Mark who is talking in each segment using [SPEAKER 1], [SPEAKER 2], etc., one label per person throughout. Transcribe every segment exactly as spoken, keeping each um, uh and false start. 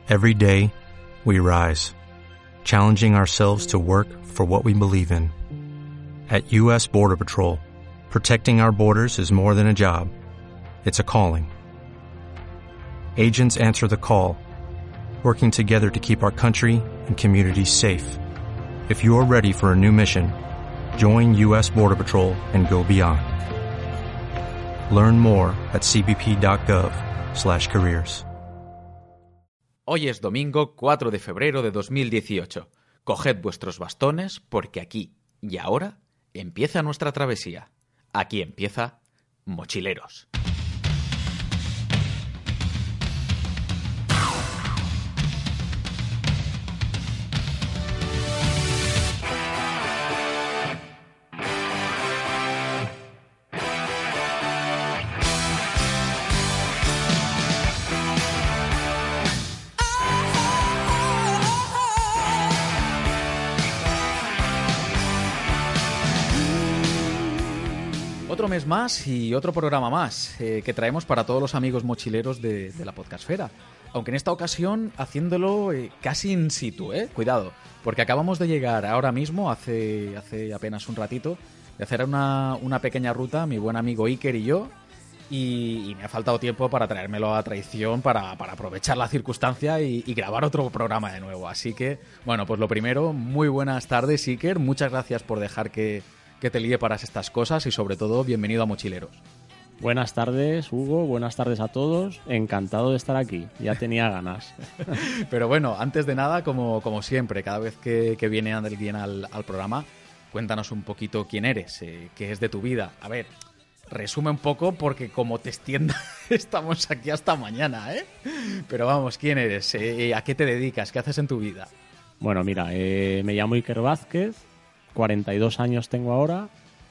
[SPEAKER 1] Every day, we rise, challenging ourselves to work for what we believe in. At U S Border Patrol, protecting our borders is more than a job. It's a calling. Agents answer the call, working together to keep our country and communities safe. If you are ready for a new mission, join U S Border Patrol and go beyond. Learn more at c b p dot gov slash careers.
[SPEAKER 2] Hoy es domingo cuatro de febrero de dos mil dieciocho. Coged vuestros bastones porque aquí y ahora empieza nuestra travesía. Aquí empieza Mochileros. Otro mes más y otro programa más eh, que traemos para todos los amigos mochileros de, de la podcastfera. Aunque en esta ocasión haciéndolo eh, casi in situ, ¿eh? Cuidado, porque acabamos de llegar ahora mismo, hace, hace apenas un ratito, de hacer una, una pequeña ruta, mi buen amigo Iker y yo, y, y me ha faltado tiempo para traérmelo a traición, para, para aprovechar la circunstancia y, y grabar otro programa de nuevo. Así que, bueno, pues lo primero, muy buenas tardes, Iker, muchas gracias por dejar que... que te líe para estas cosas y sobre todo bienvenido a Mochileros.
[SPEAKER 3] Buenas tardes, Hugo, buenas tardes a todos, encantado de estar aquí, ya tenía ganas.
[SPEAKER 2] Pero bueno, antes de nada, como, como siempre, cada vez que, que viene alguien al, al programa, cuéntanos un poquito quién eres, eh, qué es de tu vida. A ver, resume un poco porque como te extienda estamos aquí hasta mañana, ¿eh? Pero vamos, ¿quién eres? Eh, ¿A qué te dedicas? ¿Qué haces en tu vida?
[SPEAKER 3] Bueno, mira, eh, me llamo Iker Vázquez, cuarenta y dos años tengo ahora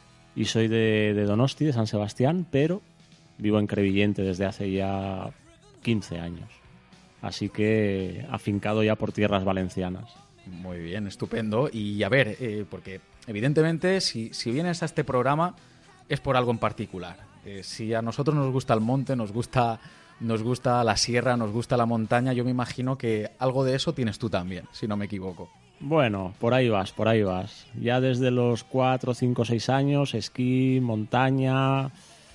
[SPEAKER 3] y soy de, de Donosti, de San Sebastián, pero vivo en Crevillente desde hace ya quince años. Así que afincado ya por tierras valencianas.
[SPEAKER 2] Muy bien, estupendo. Y a ver, eh, porque evidentemente si, si vienes a este programa es por algo en particular. Eh, si a nosotros nos gusta el monte, nos gusta, nos gusta la sierra, nos gusta la montaña, yo me imagino que algo de eso tienes tú también, si no me equivoco.
[SPEAKER 3] Bueno, por ahí vas, por ahí vas. Ya desde los cuatro, cinco, seis años, esquí, montaña,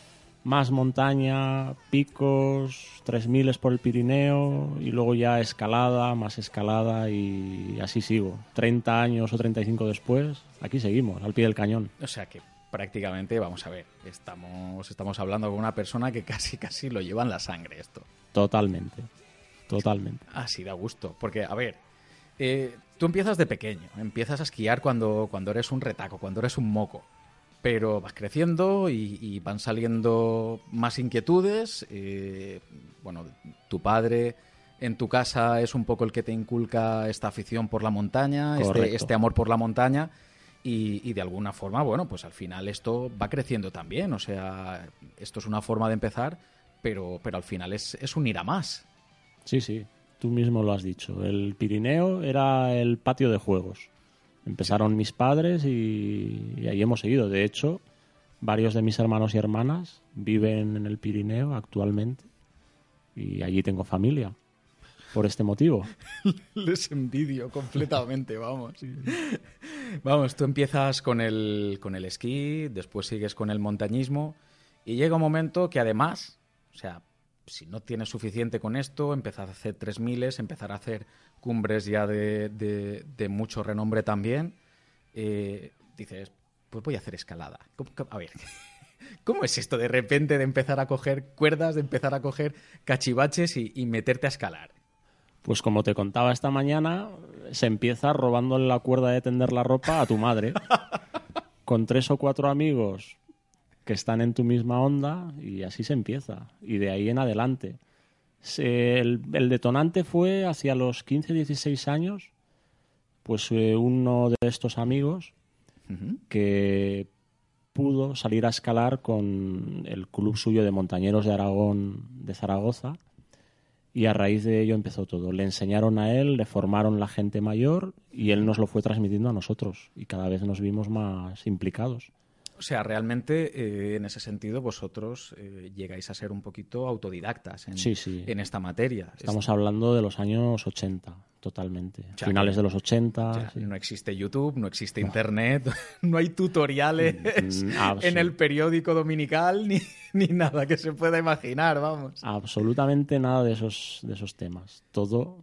[SPEAKER 3] más montaña, picos, tres miles por el Pirineo y luego ya escalada, más escalada y así sigo. treinta años o treinta y cinco después, aquí seguimos, al pie del cañón.
[SPEAKER 2] O sea que prácticamente, vamos a ver, estamos, estamos hablando con una persona que casi, casi lo lleva en la sangre esto.
[SPEAKER 3] Totalmente, totalmente.
[SPEAKER 2] Así da gusto, porque, a ver... Eh, tú empiezas de pequeño, empiezas a esquiar cuando, cuando eres un retaco, cuando eres un moco, pero vas creciendo y, y van saliendo más inquietudes. Eh, bueno, tu padre en tu casa es un poco el que te inculca esta afición por la montaña, este, este amor por la montaña y, y de alguna forma, bueno, pues al final esto va creciendo también, o sea, esto es una forma de empezar, pero, pero al final es, es un ir a más.
[SPEAKER 3] Sí, sí. Tú mismo lo has dicho. El Pirineo era el patio de juegos. Empezaron mis padres y, y ahí hemos seguido. De hecho, varios de mis hermanos y hermanas viven en el Pirineo actualmente y allí tengo familia. Por este motivo.
[SPEAKER 2] Les envidio completamente, vamos. Vamos, tú empiezas con el, con el esquí, después sigues con el montañismo y llega un momento que además, o sea, si no tienes suficiente con esto, empezar a hacer tres miles, empezar a hacer cumbres ya de, de, de mucho renombre también. Eh, dices, pues voy a hacer escalada. A ver, ¿cómo es esto de repente de empezar a coger cuerdas, de empezar a coger cachivaches y, y meterte a escalar?
[SPEAKER 3] Pues como te contaba esta mañana, se empieza robándole la cuerda de tender la ropa a tu madre. Con tres o cuatro amigos que están en tu misma onda y así se empieza. Y de ahí en adelante. Se, el, el detonante fue hacia los quince, dieciséis años, pues eh, uno de estos amigos uh-huh. que pudo salir a escalar con el club suyo de montañeros de Aragón de Zaragoza y a raíz de ello empezó todo. Le enseñaron a él, le formaron la gente mayor y él nos lo fue transmitiendo a nosotros y cada vez nos vimos más implicados.
[SPEAKER 2] O sea, realmente eh, en ese sentido vosotros eh, llegáis a ser un poquito autodidactas en,
[SPEAKER 3] Sí, sí.
[SPEAKER 2] en esta materia.
[SPEAKER 3] Estamos
[SPEAKER 2] Es-
[SPEAKER 3] hablando de los años ochenta, totalmente.
[SPEAKER 2] o sea,
[SPEAKER 3] Finales
[SPEAKER 2] que-
[SPEAKER 3] de los ochenta.
[SPEAKER 2] o sea,
[SPEAKER 3] sí.
[SPEAKER 2] no existe YouTube, no existe Internet, no hay tutoriales
[SPEAKER 3] Mm, absol-
[SPEAKER 2] en el periódico dominical ni, ni nada que se pueda imaginar, vamos.
[SPEAKER 3] Absolutamente nada de esos, de esos temas. Todo,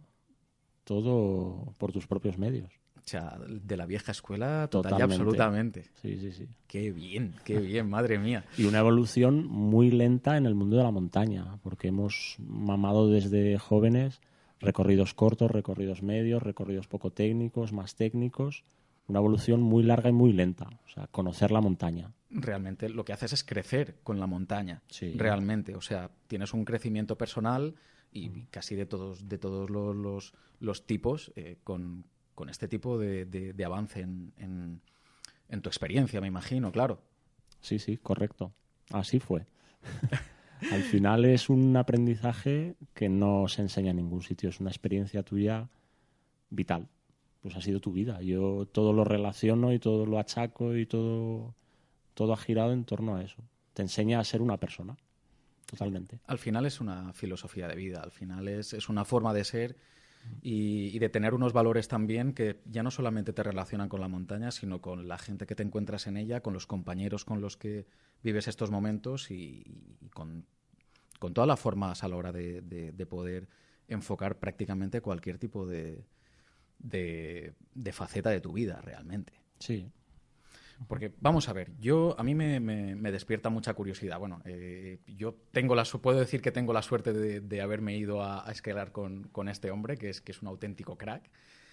[SPEAKER 3] todo por tus propios medios.
[SPEAKER 2] O sea, de la vieja escuela total y
[SPEAKER 3] Totalmente.
[SPEAKER 2] absolutamente.
[SPEAKER 3] Sí, sí, sí.
[SPEAKER 2] Qué bien, qué bien, madre mía.
[SPEAKER 3] Y una evolución muy lenta en el mundo de la montaña, porque hemos mamado desde jóvenes recorridos cortos, recorridos medios, recorridos poco técnicos, más técnicos. Una evolución muy larga y muy lenta. O sea, conocer la montaña.
[SPEAKER 2] Realmente lo que haces es crecer con la montaña.
[SPEAKER 3] Sí.
[SPEAKER 2] Realmente. O sea, tienes un crecimiento personal y casi de todos, de todos los, los, los tipos eh, con, con este tipo de, de, de avance en, en, en tu experiencia, me imagino, claro.
[SPEAKER 3] Sí, sí, correcto. Así fue. Al final es un aprendizaje que no se enseña en ningún sitio. Es una experiencia tuya vital. Pues ha sido tu vida. Yo todo lo relaciono y todo lo achaco y todo, todo ha girado en torno a eso. Te enseña a ser una persona. Totalmente.
[SPEAKER 2] Al final es una filosofía de vida, al final es, es una forma de ser y, y de tener unos valores también que ya no solamente te relacionan con la montaña, sino con la gente que te encuentras en ella, con los compañeros con los que vives estos momentos y, y con, con todas las formas a la hora de, de, de poder enfocar prácticamente cualquier tipo de, de, de faceta de tu vida realmente.
[SPEAKER 3] Sí.
[SPEAKER 2] Porque, vamos a ver, yo a mí me, me, me despierta mucha curiosidad. Bueno, eh, yo tengo la su- puedo decir que tengo la suerte de, de haberme ido a, a escalar con, con este hombre, que es, que es un auténtico crack.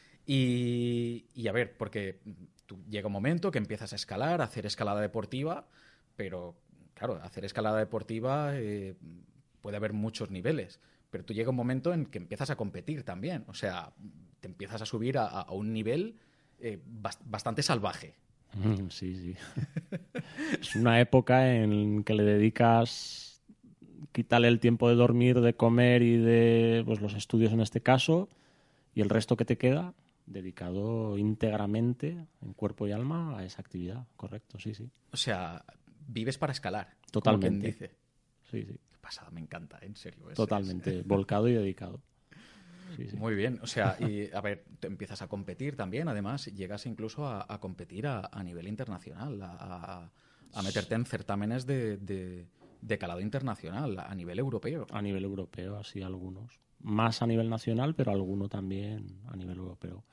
[SPEAKER 2] Y, y a ver, porque tú, llega un momento que empiezas a escalar, a hacer escalada deportiva, pero claro, hacer escalada deportiva eh, puede haber muchos niveles. Pero tú llega un momento en que empiezas a competir también. O sea, te empiezas a subir a, a un nivel eh, bast- bastante salvaje.
[SPEAKER 3] Mm, Sí, sí. Es una época en que le dedicas, quítale el tiempo de dormir, de comer y de pues, los estudios en este caso, y el resto que te queda dedicado íntegramente en cuerpo y alma a esa actividad. Correcto, sí, sí.
[SPEAKER 2] O sea, vives para escalar.
[SPEAKER 3] Totalmente.
[SPEAKER 2] Como quien dice.
[SPEAKER 3] Sí, sí.
[SPEAKER 2] Qué pasada, me encanta, en serio. es-
[SPEAKER 3] Totalmente. Volcado y dedicado. Sí, sí.
[SPEAKER 2] Muy bien, o sea, y a ver, te empiezas a competir también, además, llegas incluso a, a competir a, a nivel internacional, a, a- a meterte en certámenes de, de- de calado internacional, a nivel europeo.
[SPEAKER 3] A nivel europeo, así algunos. Más a nivel nacional, pero alguno también a nivel europeo.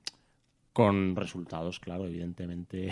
[SPEAKER 3] Con resultados, claro, evidentemente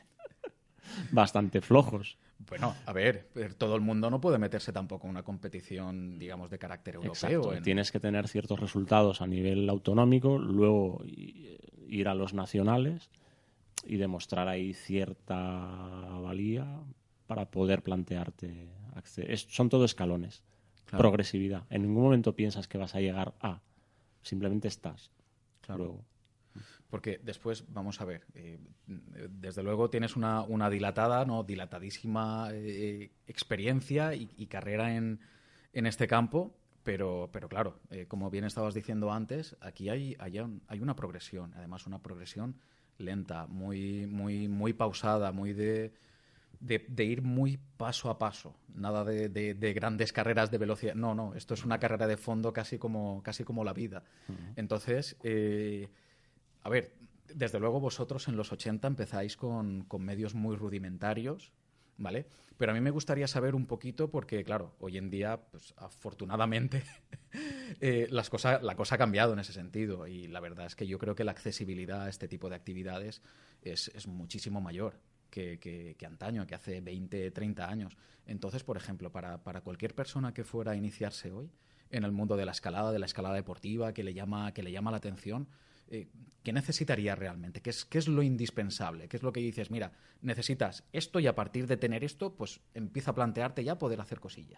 [SPEAKER 3] bastante flojos.
[SPEAKER 2] Bueno, a ver, pero todo el mundo no puede meterse tampoco en una competición, digamos, de carácter europeo.
[SPEAKER 3] Exacto.
[SPEAKER 2] en-
[SPEAKER 3] Tienes que tener ciertos resultados a nivel autonómico, luego i- ir a los nacionales y demostrar ahí cierta valía para poder plantearte. acce- es- son todo escalones.
[SPEAKER 2] Claro.
[SPEAKER 3] Progresividad. En ningún momento piensas que vas a llegar a. Simplemente estás.
[SPEAKER 2] Claro.
[SPEAKER 3] Luego.
[SPEAKER 2] Porque después, vamos a ver, eh, desde luego tienes una, una dilatada, ¿no? Dilatadísima eh, experiencia y, y carrera en, en este campo, pero, pero claro, eh, como bien estabas diciendo antes, aquí hay, hay, un- hay una progresión, además una progresión lenta, muy, muy, muy pausada, muy de, de, de ir muy paso a paso, nada de, de- de grandes carreras de velocidad. No, no, esto es una carrera de fondo casi como, casi como la vida. Entonces, eh, a ver, desde luego vosotros en los ochenta empezáis con, con medios muy rudimentarios, ¿vale? Pero a mí me gustaría saber un poquito, porque claro, hoy en día, pues afortunadamente, eh, las cosas, la cosa ha cambiado en ese sentido y la verdad es que yo creo que la accesibilidad a este tipo de actividades es, es muchísimo mayor que, que- que antaño, que hace veinte, treinta años. Entonces, por ejemplo, para, para cualquier persona que fuera a iniciarse hoy en el mundo de la escalada, de la escalada deportiva, que le llama, que le llama la atención, eh, ¿qué necesitaría realmente? ¿Qué es, ¿Qué es lo indispensable? ¿Qué es lo que dices? Mira, necesitas esto y a partir de tener esto, pues empieza a plantearte ya poder hacer cosillas.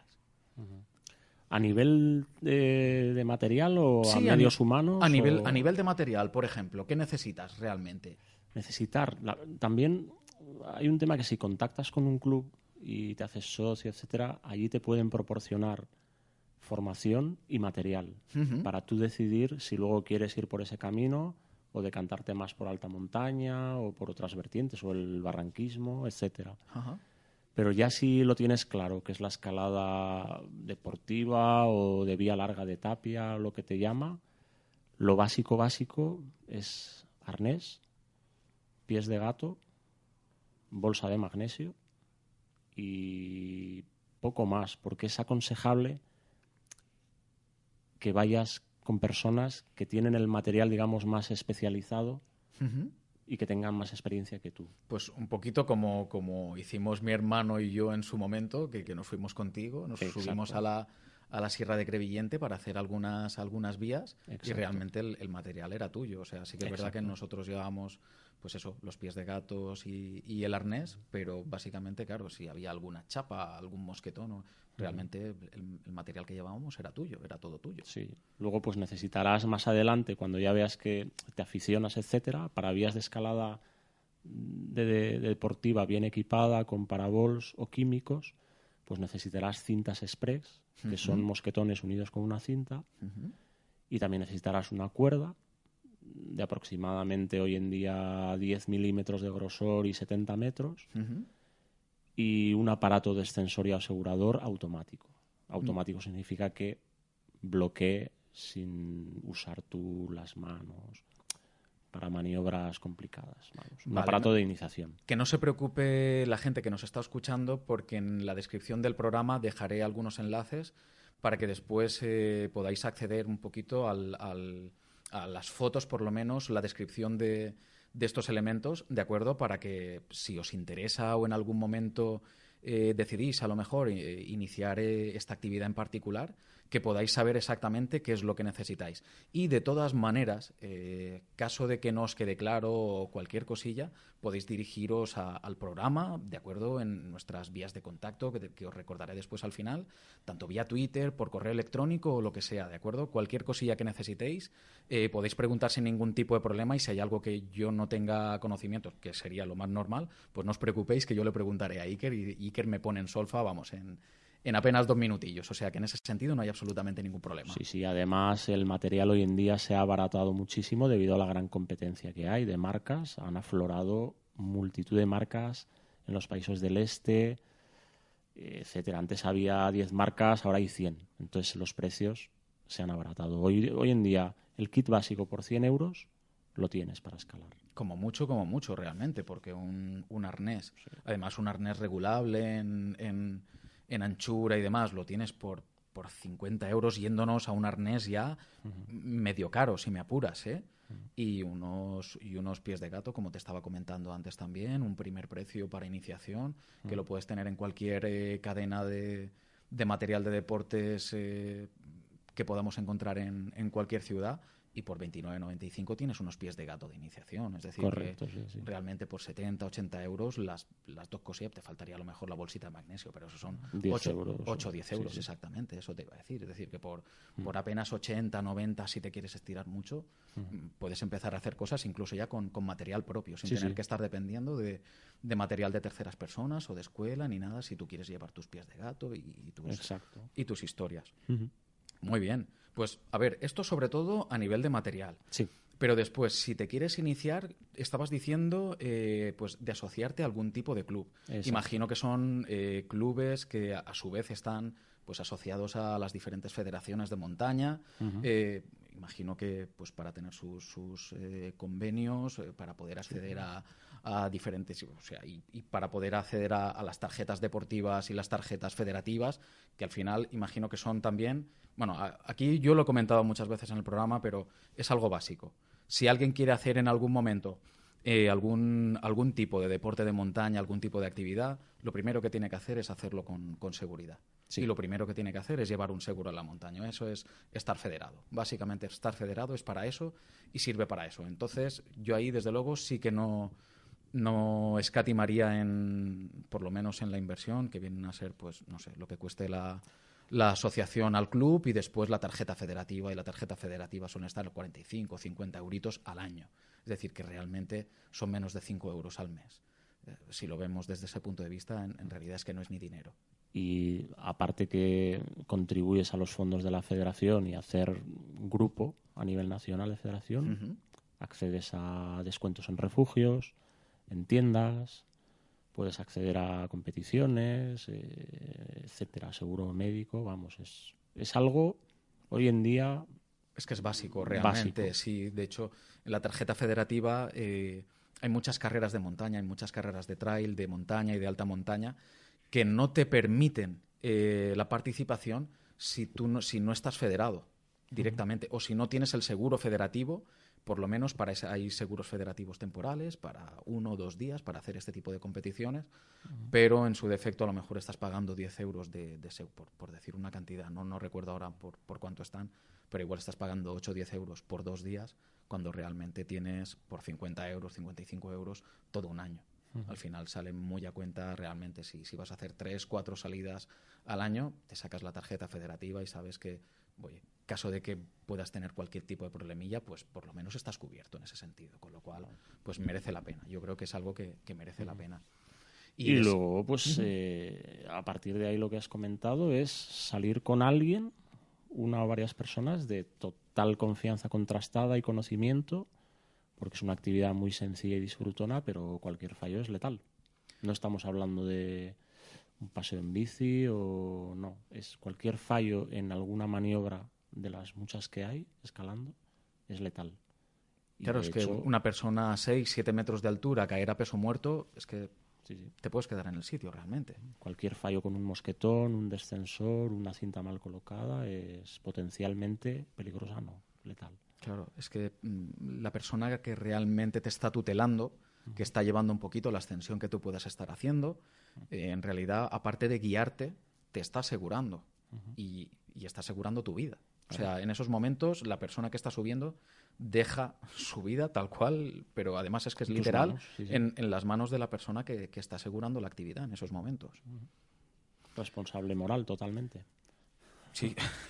[SPEAKER 3] ¿A nivel de, de material o
[SPEAKER 2] Sí,
[SPEAKER 3] a
[SPEAKER 2] ni-
[SPEAKER 3] medios humanos?
[SPEAKER 2] A nivel,
[SPEAKER 3] o
[SPEAKER 2] a nivel de material, por ejemplo, ¿qué necesitas realmente?
[SPEAKER 3] necesitar. La- también hay un tema que si contactas con un club y te haces socio, etcétera, allí te pueden proporcionar formación y material
[SPEAKER 2] Ujú.
[SPEAKER 3] para tú decidir si luego quieres ir por ese camino o decantarte más por alta montaña o por otras vertientes, o el barranquismo, etcétera.
[SPEAKER 2] Ajá.
[SPEAKER 3] Pero ya si lo tienes claro, que es la escalada deportiva o de vía larga de tapia, lo que te llama, lo básico, básico es arnés, pies de gato, bolsa de magnesio y poco más, porque es aconsejable que vayas con personas que tienen el material, digamos, más especializado
[SPEAKER 2] Uh-huh.
[SPEAKER 3] y que tengan más experiencia que tú.
[SPEAKER 2] Pues un poquito como, como hicimos mi hermano y yo en su momento, que, que nos fuimos contigo, nos
[SPEAKER 3] Exacto.
[SPEAKER 2] subimos a la, a la Sierra de Crevillente para hacer algunas, algunas vías.
[SPEAKER 3] Exacto.
[SPEAKER 2] Y realmente el, el material era tuyo. O sea, sí que es verdad
[SPEAKER 3] Exacto.
[SPEAKER 2] que nosotros llevábamos, pues eso, los pies de gatos y, y el arnés, pero básicamente, claro, si había alguna chapa, algún mosquetón, ¿no? Realmente el, el material que llevábamos era tuyo, era todo tuyo.
[SPEAKER 3] Sí. Luego pues necesitarás más adelante, cuando ya veas que te aficionas, etcétera, para vías de escalada de, de, de deportiva bien equipada, con parabols o químicos, pues necesitarás cintas express, que
[SPEAKER 2] Uh-huh.
[SPEAKER 3] son mosquetones unidos con una cinta,
[SPEAKER 2] Uh-huh.
[SPEAKER 3] y también necesitarás una cuerda de aproximadamente hoy en día diez milímetros de grosor y setenta metros,
[SPEAKER 2] Uh-huh.
[SPEAKER 3] y un aparato descensorio asegurador automático. Automático significa que bloquee sin usar tú las manos para maniobras complicadas. Vamos. Un
[SPEAKER 2] Vale,
[SPEAKER 3] aparato
[SPEAKER 2] no-
[SPEAKER 3] de iniciación.
[SPEAKER 2] Que no se preocupe la gente que nos está escuchando, porque en la descripción del programa dejaré algunos enlaces para que después eh, podáis acceder un poquito al, al- a las fotos, por lo menos, la descripción de, de estos elementos, ¿de acuerdo? Para que si os interesa o en algún momento eh, decidís a lo mejor eh, iniciar eh, esta actividad en particular, que podáis saber exactamente qué es lo que necesitáis. Y de todas maneras, eh, caso de que no os quede claro o cualquier cosilla, podéis dirigiros a- al programa, ¿de acuerdo? En nuestras vías de contacto, que, que os recordaré después al final, tanto vía Twitter, por correo electrónico o lo que sea, ¿de acuerdo? Cualquier cosilla que necesitéis, eh, podéis preguntar sin ningún tipo de problema, y si hay algo que yo no tenga conocimiento, que sería lo más normal, pues no os preocupéis, que yo le preguntaré a Iker y Iker me pone en solfa, vamos, en, en apenas dos minutillos. O sea que en ese sentido no hay absolutamente ningún problema.
[SPEAKER 3] Sí, sí. Además, el material hoy en día se ha abaratado muchísimo debido a la gran competencia que hay de marcas. Han aflorado multitud de marcas en los países del este, etcétera. Antes había diez marcas, ahora hay cien. Entonces los precios se han abaratado. Hoy, hoy en día el kit básico por cien euros lo tienes para escalar.
[SPEAKER 2] Como mucho, como mucho, realmente, porque un, un arnés, sí. Además un arnés regulable en, en, en anchura y demás, lo tienes por, por cincuenta euros, yéndonos a un arnés ya uh-huh. medio caro, si me apuras, ¿eh? Uh-huh. Y unos, y unos pies de gato, como te estaba comentando antes también, un primer precio para iniciación, uh-huh. que lo puedes tener en cualquier eh, cadena de, de material de deportes eh, que podamos encontrar en, en cualquier ciudad. Y por veintinueve noventa y cinco tienes unos pies de gato de iniciación. Es decir,
[SPEAKER 3] correcto,
[SPEAKER 2] que
[SPEAKER 3] sí, sí.
[SPEAKER 2] realmente por setenta, ochenta euros las, las dos cosillas, te faltaría a lo mejor la bolsita de magnesio, pero eso son
[SPEAKER 3] diez euros.
[SPEAKER 2] ocho o diez euros,
[SPEAKER 3] sí, sí.
[SPEAKER 2] Exactamente, eso te iba a decir. Es decir, que por, mm. por apenas ochenta, noventa, si te quieres estirar mucho, mm. puedes empezar a hacer cosas incluso ya con, con material propio, sin
[SPEAKER 3] sí,
[SPEAKER 2] tener
[SPEAKER 3] sí.
[SPEAKER 2] que estar dependiendo de, de material de terceras personas o de escuela ni nada, si tú quieres llevar tus pies de gato y, y, tus,
[SPEAKER 3] Exacto.
[SPEAKER 2] y tus historias.
[SPEAKER 3] Uh-huh.
[SPEAKER 2] Muy bien. Pues, a ver, esto sobre todo a nivel de material.
[SPEAKER 3] Sí.
[SPEAKER 2] Pero después, si te quieres iniciar, estabas diciendo eh, pues de asociarte a algún tipo de club.
[SPEAKER 3] Exacto.
[SPEAKER 2] Imagino que son eh, clubes que a, a su vez están pues asociados a las diferentes federaciones de montaña. Uh-huh. Eh, imagino que pues para tener sus, sus eh, convenios, eh, para poder acceder sí. a, a diferentes... O sea, y, y para poder acceder a, a las tarjetas deportivas y las tarjetas federativas, que al final imagino que son también... Bueno, a, aquí yo lo he comentado muchas veces en el programa, pero es algo básico. Si alguien quiere hacer en algún momento eh, algún, algún tipo de deporte de montaña, algún tipo de actividad, lo primero que tiene que hacer es hacerlo con, con seguridad. Sí. Y lo primero que tiene que hacer es llevar un seguro a la montaña. Eso es estar federado. Básicamente, estar federado es para eso y sirve para eso. Entonces, yo ahí, desde luego, sí que no, no escatimaría en, por lo menos en la inversión, que vienen a ser, pues, no sé, lo que cueste la... la asociación al club y después la tarjeta federativa, y la tarjeta federativa suele estar en cuarenta y cinco o cincuenta euritos al año. Es decir, que realmente son menos de cinco euros al mes. Eh, si lo vemos desde ese punto de vista, en, en realidad es que no es ni dinero.
[SPEAKER 3] Y aparte que contribuyes a los fondos de la federación y hacer grupo a nivel nacional de federación, uh-huh. accedes a descuentos en refugios, en tiendas, puedes acceder a competiciones, eh, etcétera, seguro médico, vamos, es, es algo hoy en día...
[SPEAKER 2] Es que es básico, realmente,
[SPEAKER 3] básico.
[SPEAKER 2] Sí. De hecho, en la tarjeta federativa eh, hay muchas carreras de montaña, hay muchas carreras de trail, de montaña y de alta montaña que no te permiten eh, la participación si tú no, si no estás federado directamente, uh-huh. o si no tienes el seguro federativo. Por lo menos para ese, hay seguros federativos temporales para uno o dos días para hacer este tipo de competiciones, uh-huh. pero en su defecto a lo mejor estás pagando diez euros de, de seguro, por, por decir una cantidad. No, no recuerdo ahora por, por cuánto están, pero igual estás pagando ocho o diez euros por dos días cuando realmente tienes por cincuenta euros, cincuenta y cinco euros todo un año. Uh-huh. Al final sale muy a cuenta realmente. Si, si vas a hacer tres, cuatro salidas al año, te sacas la tarjeta federativa y sabes que, oye, caso de que puedas tener cualquier tipo de problemilla, pues por lo menos estás cubierto en ese sentido, con lo cual pues merece la pena. Yo creo que es algo que, que merece uh-huh. la pena.
[SPEAKER 3] Y, y es... luego, pues uh-huh. eh, a partir de ahí lo que has comentado es salir con alguien, una o varias personas de total confianza contrastada y conocimiento, porque es una actividad muy sencilla y disfrutona, pero cualquier fallo es letal. No estamos hablando de un paseo en bici o no, es cualquier fallo en alguna maniobra de las muchas que hay escalando es letal.
[SPEAKER 2] Y claro, es hecho, que una persona a seis, siete metros de altura caer a peso muerto, es que sí, sí. te puedes quedar en el sitio realmente.
[SPEAKER 3] Cualquier fallo con un mosquetón, un descensor, una cinta mal colocada es potencialmente peligrosa, no, letal.
[SPEAKER 2] Claro, es que mmm, la persona que realmente te está tutelando, uh-huh. que está llevando un poquito la ascensión que tú puedas estar haciendo, uh-huh. eh, en realidad, aparte de guiarte, te está asegurando uh-huh. y, y está asegurando tu vida. O sea, en esos momentos la persona que está subiendo deja su vida tal cual, pero además es que es literal
[SPEAKER 3] manos, sí, sí.
[SPEAKER 2] En, en las manos de la persona que, que está asegurando la actividad en esos momentos.
[SPEAKER 3] Responsable moral totalmente.
[SPEAKER 2] Sí.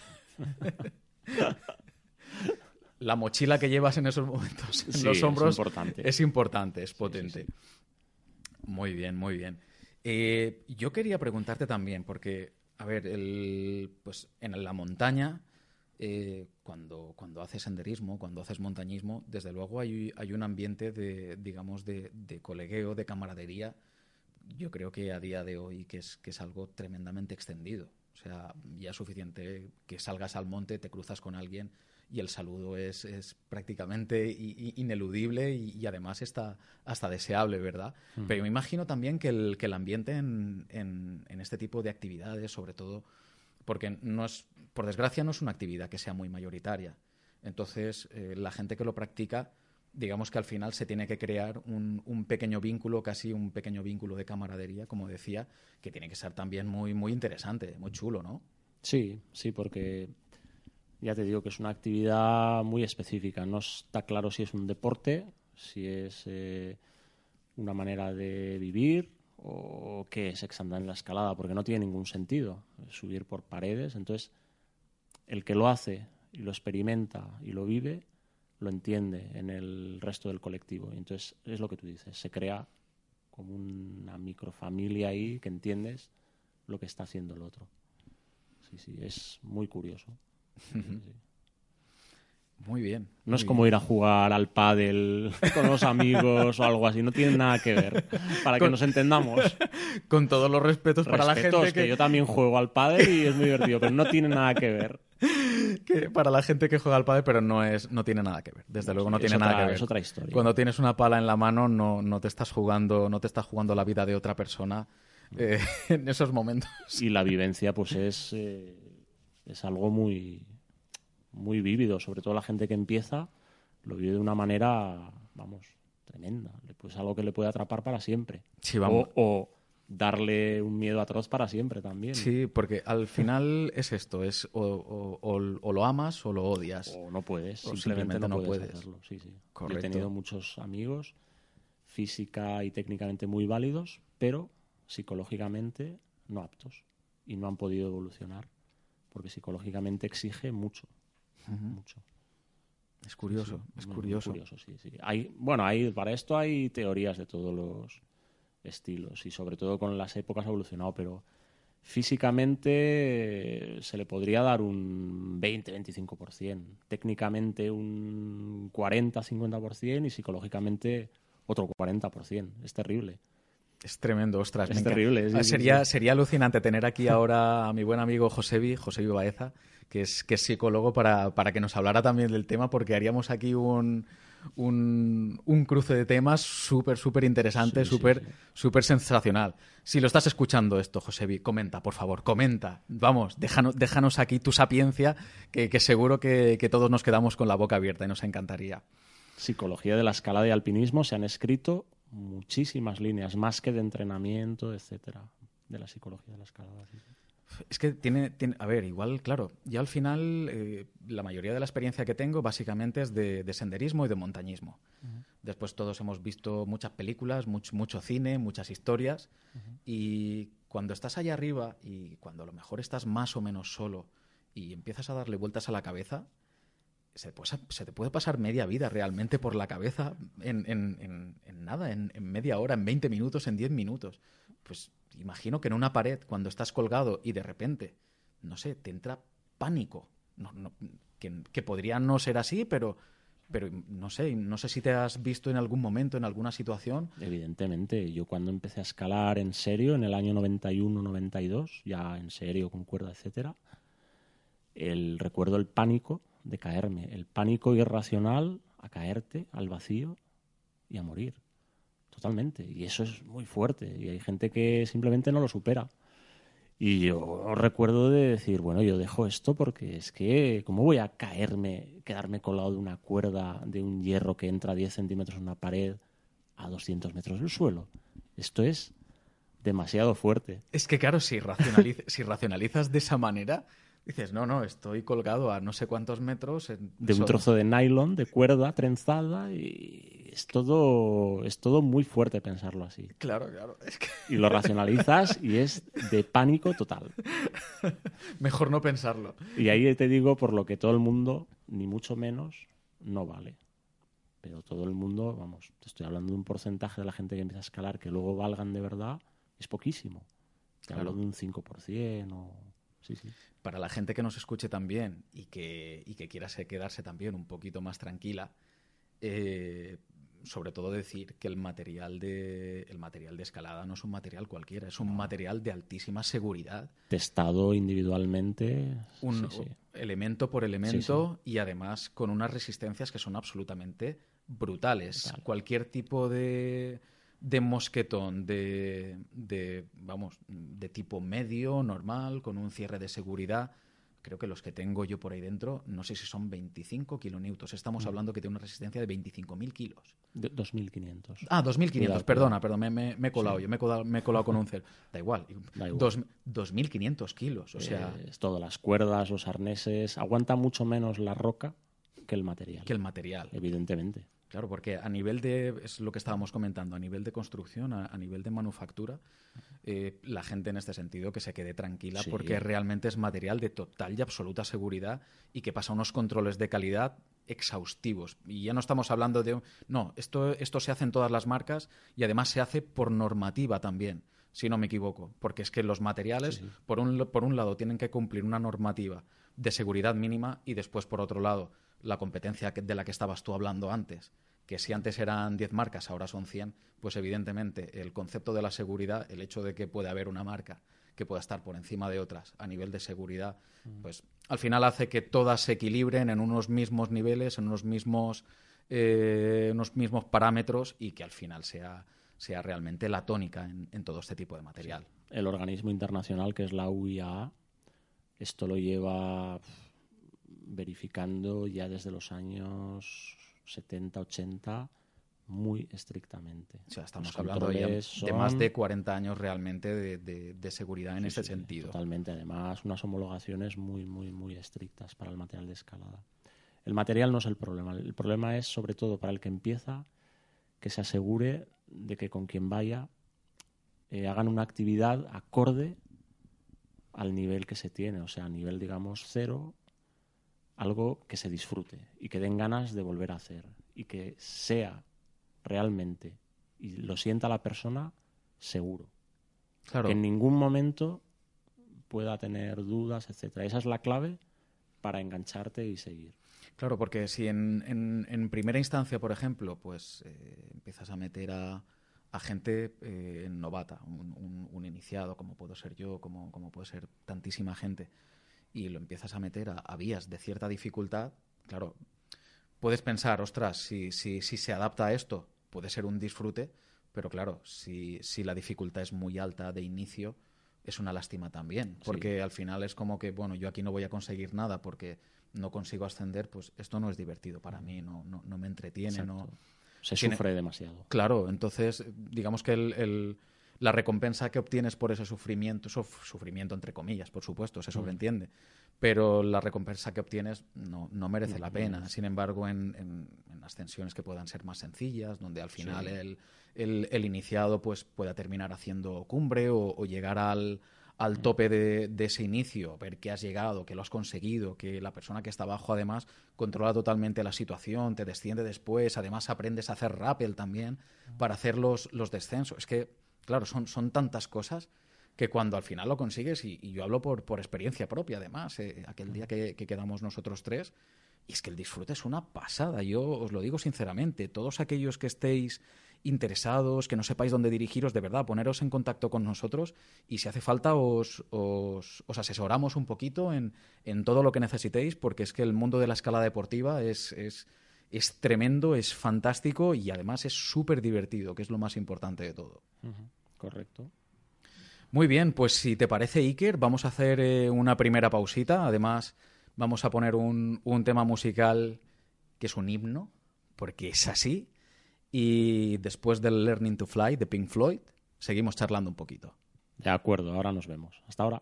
[SPEAKER 2] La mochila que llevas en esos momentos en
[SPEAKER 3] sí,
[SPEAKER 2] los hombros
[SPEAKER 3] es importante,
[SPEAKER 2] es, importante, es potente.
[SPEAKER 3] Sí, sí, sí.
[SPEAKER 2] Muy bien, muy bien. Eh, yo quería preguntarte también, porque, a ver, el, pues en la montaña... Eh, cuando, cuando haces senderismo, cuando haces montañismo, desde luego hay, hay un ambiente de, digamos, de, de colegueo, de camaradería, yo creo que a día de hoy que es, que es algo tremendamente extendido. O sea, ya es suficiente que salgas al monte, te cruzas con alguien y el saludo es, es prácticamente ineludible y, y además está hasta deseable, ¿verdad? Mm. Pero me imagino también que el, que el ambiente en, en, en este tipo de actividades, sobre todo... porque no es, por desgracia no es una actividad que sea muy mayoritaria. Entonces, eh, la gente que lo practica, digamos que al final se tiene que crear un, un pequeño vínculo, casi un pequeño vínculo de camaradería, como decía, que tiene que ser también muy, muy interesante, muy chulo, ¿no?
[SPEAKER 3] Sí, sí, porque ya te digo que es una actividad muy específica. No está claro si es un deporte, si es eh, una manera de vivir, o qué es exandar en la escalada, porque no tiene ningún sentido subir por paredes. Entonces, el que lo hace y lo experimenta y lo vive, lo entiende en el resto del colectivo. Y entonces, es lo que tú dices, se crea como una microfamilia ahí que entiendes lo que está haciendo el otro. Sí, sí, es muy curioso. Sí, sí.
[SPEAKER 2] Muy bien.
[SPEAKER 3] No
[SPEAKER 2] muy
[SPEAKER 3] es como
[SPEAKER 2] bien.
[SPEAKER 3] ir a jugar al pádel con los amigos o algo así, no tiene nada que ver, para
[SPEAKER 2] con,
[SPEAKER 3] que nos entendamos.
[SPEAKER 2] Con todos los respetos, respetos para la gente que...
[SPEAKER 3] que yo también juego al pádel y es muy divertido, pero no tiene nada que ver.
[SPEAKER 2] Que para la gente que juega al pádel, pero no es no tiene nada que ver. Desde no, luego no tiene
[SPEAKER 3] otra,
[SPEAKER 2] nada que ver.
[SPEAKER 3] Es otra historia.
[SPEAKER 2] Cuando tienes una pala en la mano, no, no te estás jugando, no te estás jugando la vida de otra persona eh, en esos momentos.
[SPEAKER 3] Y la vivencia, pues es, eh, es algo muy muy vívido, sobre todo la gente que empieza lo vive de una manera, vamos, tremenda. Pues algo que le puede atrapar para siempre.
[SPEAKER 2] Sí, vamos.
[SPEAKER 3] O, o darle un miedo atroz para siempre también.
[SPEAKER 2] Sí, porque al final es esto, es o, o, o, o lo amas o lo odias.
[SPEAKER 3] O no puedes,
[SPEAKER 2] o
[SPEAKER 3] simplemente, simplemente no,
[SPEAKER 2] no
[SPEAKER 3] puedes,
[SPEAKER 2] puedes
[SPEAKER 3] hacerlo. Sí, sí.
[SPEAKER 2] Correcto.
[SPEAKER 3] Yo he tenido muchos amigos física y técnicamente muy válidos, pero psicológicamente no aptos y no han podido evolucionar porque psicológicamente exige mucho. Uh-huh. Mucho.
[SPEAKER 2] Es curioso, sí, es
[SPEAKER 3] muy,
[SPEAKER 2] curioso.
[SPEAKER 3] Muy curioso, sí, sí. Hay, bueno, hay, para esto hay teorías de todos los estilos y sobre todo con las épocas ha evolucionado, pero Físicamente eh, se le podría dar un veinte a veinticinco por ciento, técnicamente un cuarenta a cincuenta por ciento y psicológicamente otro cuarenta por ciento. Es terrible.
[SPEAKER 2] Es tremendo, ostras.
[SPEAKER 3] Es
[SPEAKER 2] me enca-
[SPEAKER 3] terrible, sí,
[SPEAKER 2] Ah,
[SPEAKER 3] sí,
[SPEAKER 2] sería,
[SPEAKER 3] sí.
[SPEAKER 2] sería alucinante tener aquí ahora a mi buen amigo Josebi, Josebi Baeza, que es, que es psicólogo, para, para que nos hablara también del tema, porque haríamos aquí un, un, un cruce de temas súper, súper interesante,
[SPEAKER 3] Sí, sí,
[SPEAKER 2] súper,
[SPEAKER 3] sí.
[SPEAKER 2] súper sensacional. Si lo estás escuchando esto, Josebi, comenta, por favor, comenta. Vamos, déjanos, déjanos aquí tu sapiencia, que, que seguro que, que todos nos quedamos con la boca abierta y nos encantaría.
[SPEAKER 3] Psicología de la escalada y alpinismo se han escrito muchísimas líneas, más que de entrenamiento, etcétera, de la psicología de la escalada. Sí, sí.
[SPEAKER 2] Es que tiene, tiene- a ver, igual, claro, yo al final eh, la mayoría de la experiencia que tengo básicamente es de, de senderismo y de montañismo.
[SPEAKER 3] Uh-huh.
[SPEAKER 2] Después todos hemos visto muchas películas, mucho, mucho cine, muchas historias,
[SPEAKER 3] Uh-huh.
[SPEAKER 2] y cuando estás allá arriba y cuando a lo mejor estás más o menos solo y empiezas a darle vueltas a la cabeza, se, pues, se te puede pasar media vida realmente por la cabeza en, en- en- en nada, en, en media hora, en veinte minutos, en diez minutos. Pues imagino que en una pared, cuando estás colgado y de repente, no sé, te entra pánico. No, no, que, que podría no ser así, pero, pero no sé, no sé si te has visto en algún momento, en alguna situación.
[SPEAKER 3] Evidentemente, yo cuando empecé a escalar en serio, en el año noventa y uno noventa y dos, ya en serio, con cuerda, etcétera, el recuerdo el pánico de caerme, el pánico irracional a caerte al vacío y a morir. Totalmente. Y eso es muy fuerte. Y hay gente que simplemente no lo supera. Y yo recuerdo de decir, bueno, yo dejo esto porque es que, ¿cómo voy a caerme, quedarme colgado de una cuerda, de un hierro que entra a diez centímetros en una pared a doscientos metros del suelo? Esto es demasiado fuerte.
[SPEAKER 2] Es que claro, si, racionaliz- si racionalizas de esa manera, dices, no, no, estoy colgado a no sé cuántos metros. En...
[SPEAKER 3] De un
[SPEAKER 2] so-
[SPEAKER 3] trozo de nylon, de cuerda trenzada, y es todo, es todo muy fuerte pensarlo así.
[SPEAKER 2] Claro, claro. Es que
[SPEAKER 3] Y lo racionalizas y es de pánico total.
[SPEAKER 2] mejor no pensarlo.
[SPEAKER 3] Y ahí te digo, por lo que todo el mundo, ni mucho menos, no vale. Pero todo el mundo, vamos, te estoy hablando de un porcentaje de la gente que empieza a escalar que luego valgan de verdad, es poquísimo. Te
[SPEAKER 2] Claro.
[SPEAKER 3] hablo de un cinco por ciento o... Sí, sí.
[SPEAKER 2] Para la gente que nos escuche también y que, y que quiera se- quedarse también un poquito más tranquila, eh, sobre todo decir que el material de, el material de escalada no es un material cualquiera, es un material de altísima seguridad,
[SPEAKER 3] Testado individualmente.
[SPEAKER 2] un
[SPEAKER 3] sí, sí.
[SPEAKER 2] elemento por elemento y además con unas resistencias que son absolutamente brutales.
[SPEAKER 3] Brutal.
[SPEAKER 2] Cualquier tipo de, de mosquetón de, de, vamos, de tipo medio, normal, con un cierre de seguridad, creo que los que tengo yo por ahí dentro, no sé si son veinticinco kilonewtons. Estamos
[SPEAKER 3] Mm.
[SPEAKER 2] hablando que tiene una resistencia de veinticinco mil kilos.
[SPEAKER 3] De dos mil quinientos.
[SPEAKER 2] Ah, dos mil quinientos,
[SPEAKER 3] Cuidado,
[SPEAKER 2] perdona,
[SPEAKER 3] cuidado.
[SPEAKER 2] perdón, me, me- me he colado
[SPEAKER 3] Sí.
[SPEAKER 2] yo, me he colado, me he colado con un cero. Da igual,
[SPEAKER 3] Da igual.
[SPEAKER 2] Dos- dos mil quinientos kilos, o sea,
[SPEAKER 3] Eh, es todo, las cuerdas, los arneses. Aguanta mucho menos la roca que el material.
[SPEAKER 2] que el material.
[SPEAKER 3] Evidentemente.
[SPEAKER 2] Claro, porque a nivel de, es lo que estábamos comentando, a nivel de construcción, a, a nivel de manufactura, eh, la gente en este sentido que se quede tranquila
[SPEAKER 3] Sí.
[SPEAKER 2] porque realmente es material de total y absoluta seguridad y que pasa unos controles de calidad exhaustivos. Y ya no estamos hablando de... No, esto, esto se hace en todas las marcas y además se hace por normativa también, si no me equivoco. Porque es que los materiales,
[SPEAKER 3] Sí, sí.
[SPEAKER 2] Por, un, por un lado, tienen que cumplir una normativa de seguridad mínima y después, por otro lado, la competencia que- de la que estabas tú hablando antes, que si antes eran diez marcas, ahora son cien, pues evidentemente el concepto de la seguridad, el hecho de que puede haber una marca que pueda estar por encima de otras a nivel de seguridad, pues al final hace que todas se equilibren en unos mismos niveles, en unos mismos, eh, unos mismos parámetros y que al final sea, sea realmente la tónica en, en todo este tipo de material.
[SPEAKER 3] El organismo internacional, que es la U I A A, esto lo lleva verificando ya desde los años setenta, ochenta muy estrictamente.
[SPEAKER 2] O sea, estamos
[SPEAKER 3] Los
[SPEAKER 2] hablando ya
[SPEAKER 3] controles
[SPEAKER 2] de
[SPEAKER 3] son-
[SPEAKER 2] más de cuarenta años realmente de, de- de seguridad en
[SPEAKER 3] Sí,
[SPEAKER 2] ese
[SPEAKER 3] sí,
[SPEAKER 2] sentido.
[SPEAKER 3] Totalmente. Además, unas homologaciones muy, muy, muy estrictas para el material de escalada. El material no es el problema. El problema es, sobre todo, para el que empieza, que se asegure de que con quien vaya eh, hagan una actividad acorde al nivel que se tiene. O sea, a nivel, digamos, cero, algo que se disfrute y que den ganas de volver a hacer y que sea realmente, y lo sienta la persona, seguro.
[SPEAKER 2] Claro,
[SPEAKER 3] Que en ningún momento pueda tener dudas, etcétera. Esa es la clave para engancharte y seguir.
[SPEAKER 2] Claro, porque si en, en, en primera instancia, por ejemplo, pues eh, empiezas a meter a, a gente eh, novata, un, un, un iniciado, como puedo ser yo, como, como puede ser tantísima gente, y lo empiezas a meter a, a vías de cierta dificultad, claro, puedes pensar, ostras, si, si, si se adapta a esto, puede ser un disfrute, pero claro, si, si la dificultad es muy alta de inicio, es una lástima también, porque sí. Al final es como que, bueno, yo aquí no voy a conseguir nada porque no consigo ascender, pues esto no es divertido para mí, no, no, no me entretiene. No,
[SPEAKER 3] se
[SPEAKER 2] tiene...
[SPEAKER 3] sufre demasiado.
[SPEAKER 2] Claro, entonces digamos que el, el, la recompensa que obtienes por ese sufrimiento, eso, sufrimiento entre comillas, por supuesto, se sobreentiende, mm. pero la recompensa que obtienes no, no merece no, la pena. No. Sin embargo, en, en, en ascensiones que puedan ser más sencillas, donde al final sí. el, el, el iniciado pues pueda terminar haciendo cumbre o, o llegar al... al tope de, de ese inicio, ver que has llegado, que lo has conseguido, que la persona que está abajo además controla totalmente la situación, te desciende después, además aprendes a hacer rappel también para hacer los, los descensos. Es que, claro, son, son tantas cosas que cuando al final lo consigues, y, y yo hablo por, por experiencia propia además, eh, aquel día que, que quedamos nosotros tres, y es que el disfrute es una pasada, yo os lo digo sinceramente, todos aquellos que estéis interesados, que no sepáis dónde dirigiros, de verdad, poneros en contacto con nosotros y si hace falta os, os, os asesoramos un poquito en, en todo lo que necesitéis, porque es que el mundo de la escalada deportiva es, es, es tremendo, es fantástico y además es súper divertido, que es lo más importante de todo.
[SPEAKER 3] Uh-huh. Correcto.
[SPEAKER 2] Muy bien, pues si te parece, Iker, vamos a hacer eh, una primera pausita. Además, vamos a poner un, un tema musical que es un himno, porque es así. Y después del Learning to Fly de Pink Floyd, seguimos charlando un poquito.
[SPEAKER 3] De acuerdo, ahora nos vemos. Hasta ahora.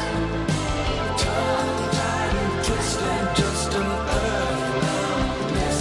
[SPEAKER 4] Tongue tied and twisted, just an earthbound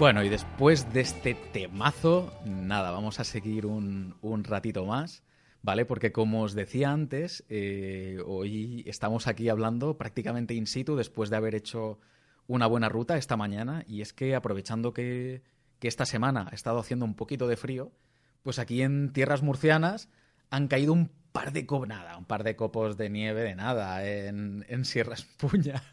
[SPEAKER 2] Bueno, y después de este temazo, nada, vamos a seguir un, un ratito más, ¿vale? Porque como os decía antes, eh, hoy estamos aquí hablando prácticamente in situ después de haber hecho una buena ruta esta mañana, y es que aprovechando que, que esta semana ha estado haciendo un poquito de frío, pues aquí en tierras murcianas han caído un par de copos, nada, un par de copos de nieve de nada en, en Sierra Espuña.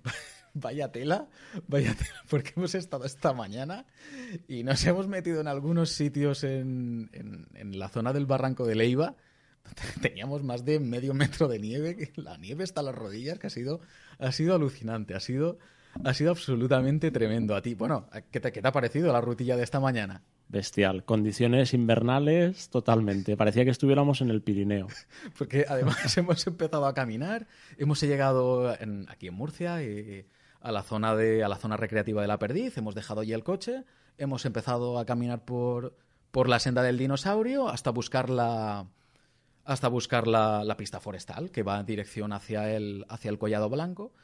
[SPEAKER 2] Vaya tela, vaya tela, porque hemos estado esta mañana y nos hemos metido en algunos sitios en, en, en la zona del Barranco de Leiva. Teníamos más de medio metro de nieve, que la nieve hasta las rodillas, que ha sido, ha sido alucinante, ha sido, ha sido absolutamente tremendo. A ti, bueno, ¿qué te, qué te ha parecido la rutilla de esta mañana?
[SPEAKER 3] Bestial. Condiciones invernales totalmente. Parecía que estuviéramos en el Pirineo.
[SPEAKER 2] Porque además hemos empezado a caminar, hemos llegado en, aquí en Murcia y, a la zona de a la zona recreativa de La Perdiz, hemos dejado allí el coche, hemos empezado a caminar por, por la senda del dinosaurio hasta buscar la hasta buscar la, la pista forestal que va en dirección hacia el hacia el Collado Blanco,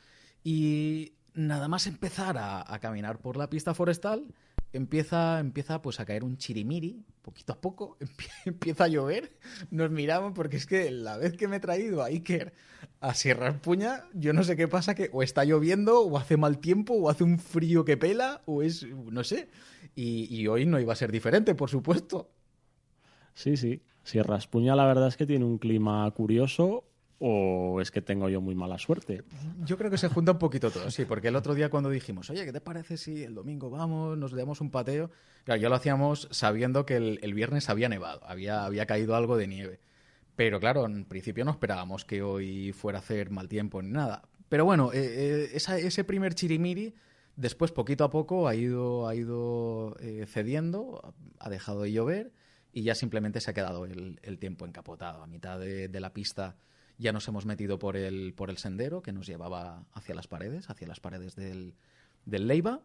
[SPEAKER 2] y nada más empezar a, a caminar por la pista forestal empieza empieza pues a caer un chirimiri, poquito a poco empieza a llover. Nos miramos porque es que la vez que me he traído a Iker a Sierra Espuña, yo no sé qué pasa, que o está lloviendo o hace mal tiempo o hace un frío que pela o es, no sé, y, y hoy no iba a ser diferente, por supuesto.
[SPEAKER 3] Sí, sí, Sierra Espuña la verdad es que tiene un clima curioso, o es que tengo yo muy mala suerte.
[SPEAKER 2] Yo creo que se junta un poquito todo, sí, porque el otro día cuando dijimos, oye, ¿qué te parece si el domingo vamos, nos damos un pateo? Claro, ya lo hacíamos sabiendo que el, el viernes había nevado, había, había caído algo de nieve. Pero claro, en principio no esperábamos que hoy fuera a hacer mal tiempo ni nada. Pero bueno, eh, eh, esa, ese primer chirimiri, después poquito a poco ha ido, ha ido eh, cediendo, ha dejado de llover y ya simplemente se ha quedado el, el tiempo encapotado. A mitad de, de la pista ya nos hemos metido por el, por el sendero que nos llevaba hacia las paredes, hacia las paredes del, del Leiva.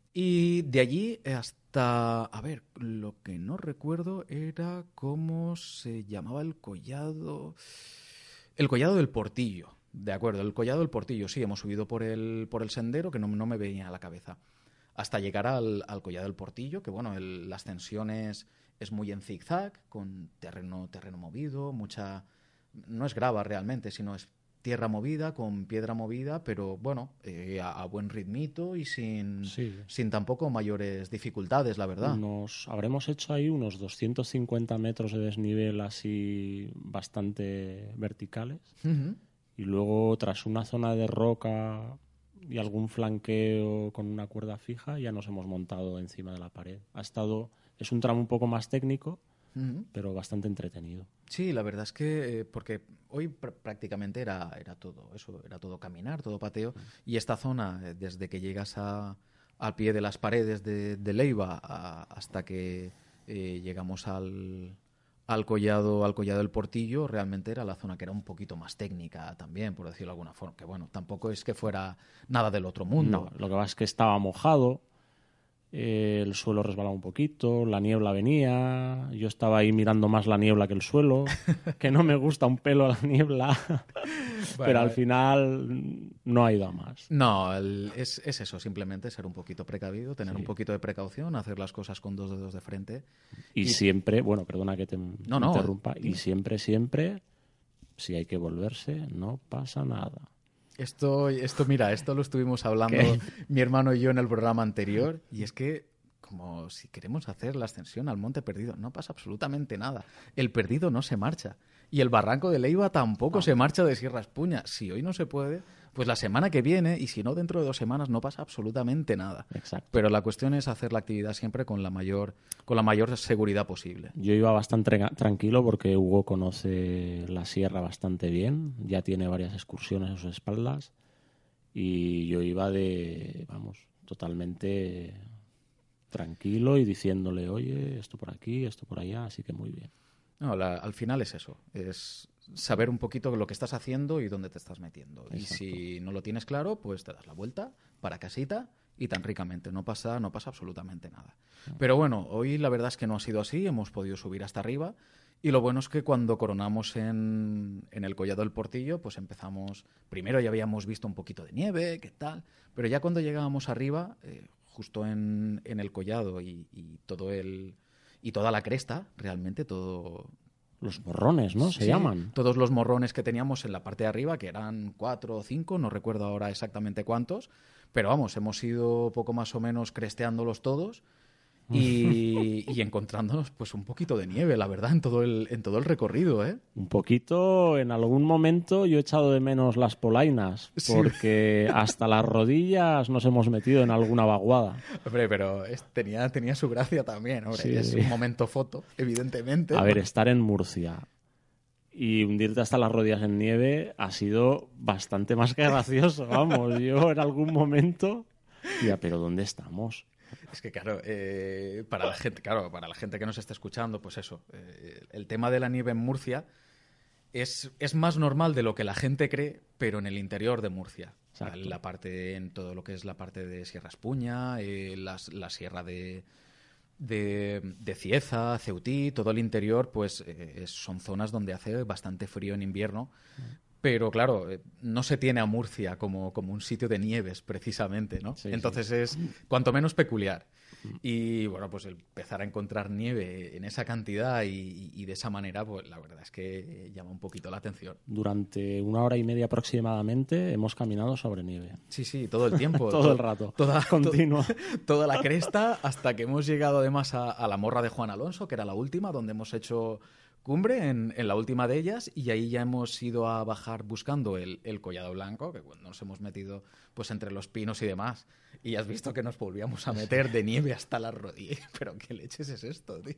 [SPEAKER 2] Y de allí hasta... A ver, lo que no recuerdo era cómo se llamaba el collado... El collado del Portillo, de acuerdo, el collado del Portillo, sí, hemos subido por el, por el sendero, que no, no me venía a la cabeza, hasta llegar al, al collado del Portillo, que bueno, el, la ascensión es, es muy en zigzag, con terreno, terreno movido, mucha... No es grava realmente, sino es tierra movida, con piedra movida, pero bueno, eh, a, a buen ritmito y sin,
[SPEAKER 3] sí.
[SPEAKER 2] sin tampoco mayores dificultades, la verdad.
[SPEAKER 3] Nos habremos hecho ahí unos doscientos cincuenta metros de desnivel así bastante verticales.
[SPEAKER 2] Uh-huh.
[SPEAKER 3] Y luego, tras una zona de roca y algún flanqueo con una cuerda fija, ya nos hemos montado encima de la pared. Ha estado, es un tramo un poco más técnico, uh-huh, pero bastante entretenido.
[SPEAKER 2] Sí, la verdad es que eh, porque hoy pr- prácticamente era, era todo eso, era todo caminar, todo pateo, uh-huh, y esta zona, eh, desde que llegas a, al pie de las paredes de, de Leiva a, hasta que eh, llegamos al, al collado al collado del Portillo, realmente era la zona que era un poquito más técnica también, por decirlo de alguna forma, que bueno, tampoco es que fuera nada del otro mundo.
[SPEAKER 3] No, lo que pasa es que estaba mojado. Eh, el suelo resbalaba un poquito, la niebla venía, yo estaba ahí mirando más la niebla que el suelo, que no me gusta un pelo la niebla, bueno, pero al final no ha ido a más.
[SPEAKER 2] No, el, es, es eso, simplemente ser un poquito precavido, tener
[SPEAKER 3] sí.
[SPEAKER 2] un poquito de precaución, hacer las cosas con dos dedos de frente.
[SPEAKER 3] Y, y... siempre, bueno, perdona que te
[SPEAKER 2] no, no,
[SPEAKER 3] interrumpa, y siempre, siempre, si hay que volverse, no pasa nada.
[SPEAKER 2] Esto, esto, mira, esto lo estuvimos hablando ¿Qué? mi hermano y yo en el programa anterior, y es que, como si queremos hacer la ascensión al Monte Perdido, no pasa absolutamente nada. El Perdido no se marcha. Y el Barranco de Leiva tampoco no. se marcha de Sierra Espuña. Si hoy no se puede, pues la semana que viene, y si no dentro de dos semanas, no pasa absolutamente nada.
[SPEAKER 3] Exacto.
[SPEAKER 2] Pero la cuestión es hacer la actividad siempre con la mayor, con la mayor seguridad posible.
[SPEAKER 3] Yo iba bastante tranquilo porque Hugo conoce la sierra bastante bien, ya tiene varias excursiones a sus espaldas, y yo iba de, vamos, totalmente tranquilo y diciéndole, oye, esto por aquí, esto por allá, así que muy bien.
[SPEAKER 2] No, la, al final es eso, es saber un poquito lo que estás haciendo y dónde te estás metiendo. Exacto. Y si no lo tienes claro, pues te das la vuelta para casita y tan ricamente, no pasa, no pasa absolutamente nada. No. Pero bueno, hoy la verdad es que no ha sido así, hemos podido subir hasta arriba, y lo bueno es que cuando coronamos en, en el Collado del Portillo, pues empezamos, primero ya habíamos visto un poquito de nieve, qué tal, pero ya cuando llegábamos arriba, eh, justo en, en el collado y, y todo el y toda la cresta, realmente todo...
[SPEAKER 3] Los morrones, ¿no? Se
[SPEAKER 2] Sí,
[SPEAKER 3] llaman.
[SPEAKER 2] todos los morrones que teníamos en la parte de arriba, que eran cuatro o cinco, no recuerdo ahora exactamente cuántos, pero vamos, hemos ido poco más o menos cresteándolos todos y, y encontrándonos pues un poquito de nieve, la verdad, en todo el, en todo el recorrido, ¿eh?
[SPEAKER 3] Un poquito, en algún momento yo he echado de menos las polainas,
[SPEAKER 2] Sí.
[SPEAKER 3] porque hasta las rodillas nos hemos metido en alguna vaguada.
[SPEAKER 2] Hombre, pero es- tenía, tenía su gracia también, hombre.
[SPEAKER 3] Sí.
[SPEAKER 2] Es un momento foto, evidentemente.
[SPEAKER 3] A ver, estar en Murcia y hundirte hasta las rodillas en nieve ha sido bastante más que gracioso, vamos. Yo en algún momento decía, ¿pero dónde estamos?
[SPEAKER 2] Es que claro, eh, para la gente, claro, para la gente que nos está escuchando, pues eso, eh, el tema de la nieve en Murcia es, es más normal de lo que la gente cree, pero en el interior de Murcia. O sea,
[SPEAKER 3] Exacto.
[SPEAKER 2] la parte, en todo lo que es la parte de Sierra Espuña, eh, las- la sierra de, de, de Cieza, Ceutí, todo el interior, pues eh, es- son zonas donde hace bastante frío en invierno. Pero claro, eh, no se tiene a Murcia como, como un sitio de nieves, precisamente, ¿no?
[SPEAKER 3] Sí,
[SPEAKER 2] Entonces es cuanto menos peculiar. Y bueno, pues el empezar a encontrar nieve en esa cantidad y, y de esa manera, pues la verdad es que llama un poquito la atención.
[SPEAKER 3] Durante una hora y media aproximadamente hemos caminado sobre nieve.
[SPEAKER 2] Sí, sí, todo el tiempo.
[SPEAKER 3] Todo el rato.
[SPEAKER 2] Toda,
[SPEAKER 3] Continua.
[SPEAKER 2] to- toda la cresta hasta que hemos llegado además a, a la morra de Juan Alonso, que era la última, donde hemos hecho cumbre en, en la última de ellas, y ahí ya hemos ido a bajar buscando el, el Collado Blanco, que bueno, nos hemos metido pues entre los pinos y demás, y has visto que nos volvíamos a meter de nieve hasta las rodillas. Pero qué leches es esto, tío.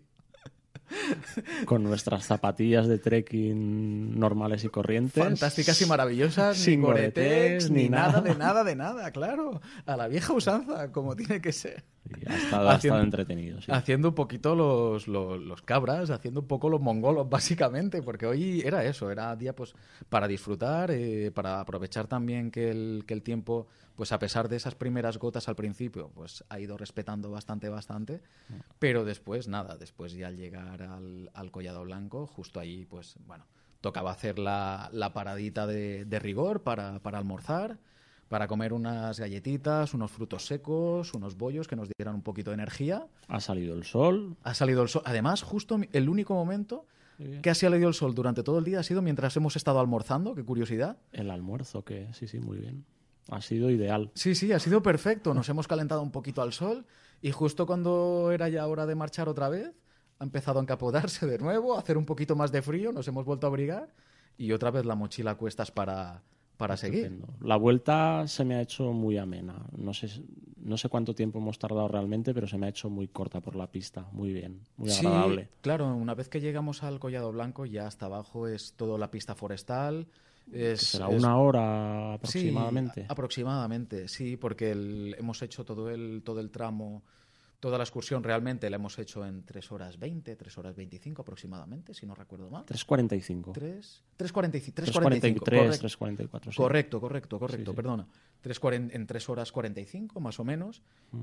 [SPEAKER 3] Con nuestras zapatillas de trekking normales y corrientes.
[SPEAKER 2] Fantásticas y maravillosas,
[SPEAKER 3] Sin
[SPEAKER 2] ni Gore-Tex,
[SPEAKER 3] Gore-Tex,
[SPEAKER 2] ni,
[SPEAKER 3] ni
[SPEAKER 2] nada,
[SPEAKER 3] nada.
[SPEAKER 2] de nada, de nada, claro. A la vieja usanza, como tiene que ser.
[SPEAKER 3] Y ha estado, ha
[SPEAKER 2] Haciendo-
[SPEAKER 3] estado entretenido, sí.
[SPEAKER 2] Haciendo un poquito los, los, los cabras, haciendo un poco los mongolos, básicamente, porque hoy era eso, era día pues para disfrutar, eh, para aprovechar también que el, que el tiempo, pues a pesar de esas primeras gotas al principio, pues ha ido respetando bastante, bastante, pero después, nada, después ya al llegar al, al Collado Blanco, justo ahí, pues bueno, tocaba hacer la, la paradita de, de rigor para, para almorzar, para comer unas galletitas, unos frutos secos, unos bollos que nos dieran un poquito de energía.
[SPEAKER 3] Ha salido el sol.
[SPEAKER 2] Ha salido el sol. Además, justo mi- el único momento
[SPEAKER 3] Muy bien.
[SPEAKER 2] que ha salido el sol durante todo el día ha sido mientras hemos estado almorzando. Qué curiosidad.
[SPEAKER 3] El almuerzo, que sí, sí, muy bien. Ha sido ideal.
[SPEAKER 2] Sí, sí, ha sido perfecto. Nos hemos calentado un poquito al sol y justo cuando era ya hora de marchar otra vez, ha empezado a encapotarse de nuevo, a hacer un poquito más de frío, nos hemos vuelto a abrigar y otra vez la mochila a cuestas para, para seguir.
[SPEAKER 3] Estupendo. La vuelta se me ha hecho muy amena. No sé, no sé cuánto tiempo hemos tardado realmente, pero se me ha hecho muy corta por la pista. Muy bien, muy
[SPEAKER 2] Sí,
[SPEAKER 3] agradable.
[SPEAKER 2] claro, una vez que llegamos al Collado Blanco, ya hasta abajo es toda la pista forestal. Es,
[SPEAKER 3] Será
[SPEAKER 2] es-
[SPEAKER 3] una hora aproximadamente.
[SPEAKER 2] Sí, a- aproximadamente, sí, porque el- hemos hecho todo el, todo el tramo, toda la excursión realmente la hemos hecho en tres horas veinte, tres horas veinticinco aproximadamente, si no recuerdo mal.
[SPEAKER 3] tres cuarenta y cinco.
[SPEAKER 2] tres, tres cuarenta y cinco,
[SPEAKER 3] tres cuarenta y tres,
[SPEAKER 2] correcto.
[SPEAKER 3] tres cuarenta y cuatro. Sí.
[SPEAKER 2] Correcto, correcto, correcto,
[SPEAKER 3] Sí, sí.
[SPEAKER 2] perdona. Tres cuaren- en tres horas cuarenta y cinco, más o menos.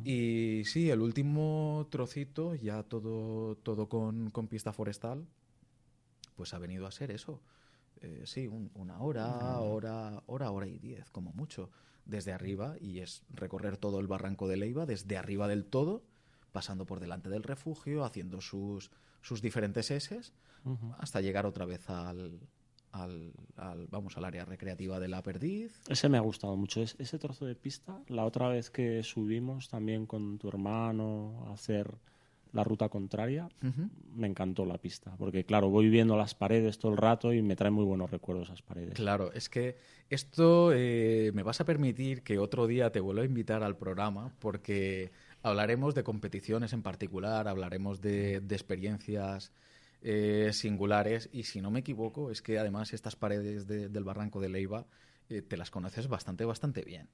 [SPEAKER 2] Y sí, el último trocito, ya todo, todo con, con pista forestal, pues ha venido a ser eso. Eh, sí, un- una hora, hora, hora, hora y diez, como mucho, desde arriba. Y es recorrer todo el barranco de Leiva, desde arriba del todo, pasando por delante del refugio, haciendo sus, sus diferentes eses, hasta llegar otra vez al, al, al, vamos, al área recreativa de La Perdiz.
[SPEAKER 3] Ese me ha gustado mucho. Es- ese trozo de pista, la otra vez que subimos también con tu hermano a hacer la ruta contraria,
[SPEAKER 2] Ujú.
[SPEAKER 3] me encantó la pista. Porque, claro, voy viendo las paredes todo el rato y me traen muy buenos recuerdos esas paredes.
[SPEAKER 2] Claro, es que esto eh, me vas a permitir que otro día te vuelva a invitar al programa porque hablaremos de competiciones en particular, hablaremos de, de experiencias eh, singulares y si no me equivoco es que además estas paredes de- del barranco de Leiva eh, te las conoces bastante, bastante bien.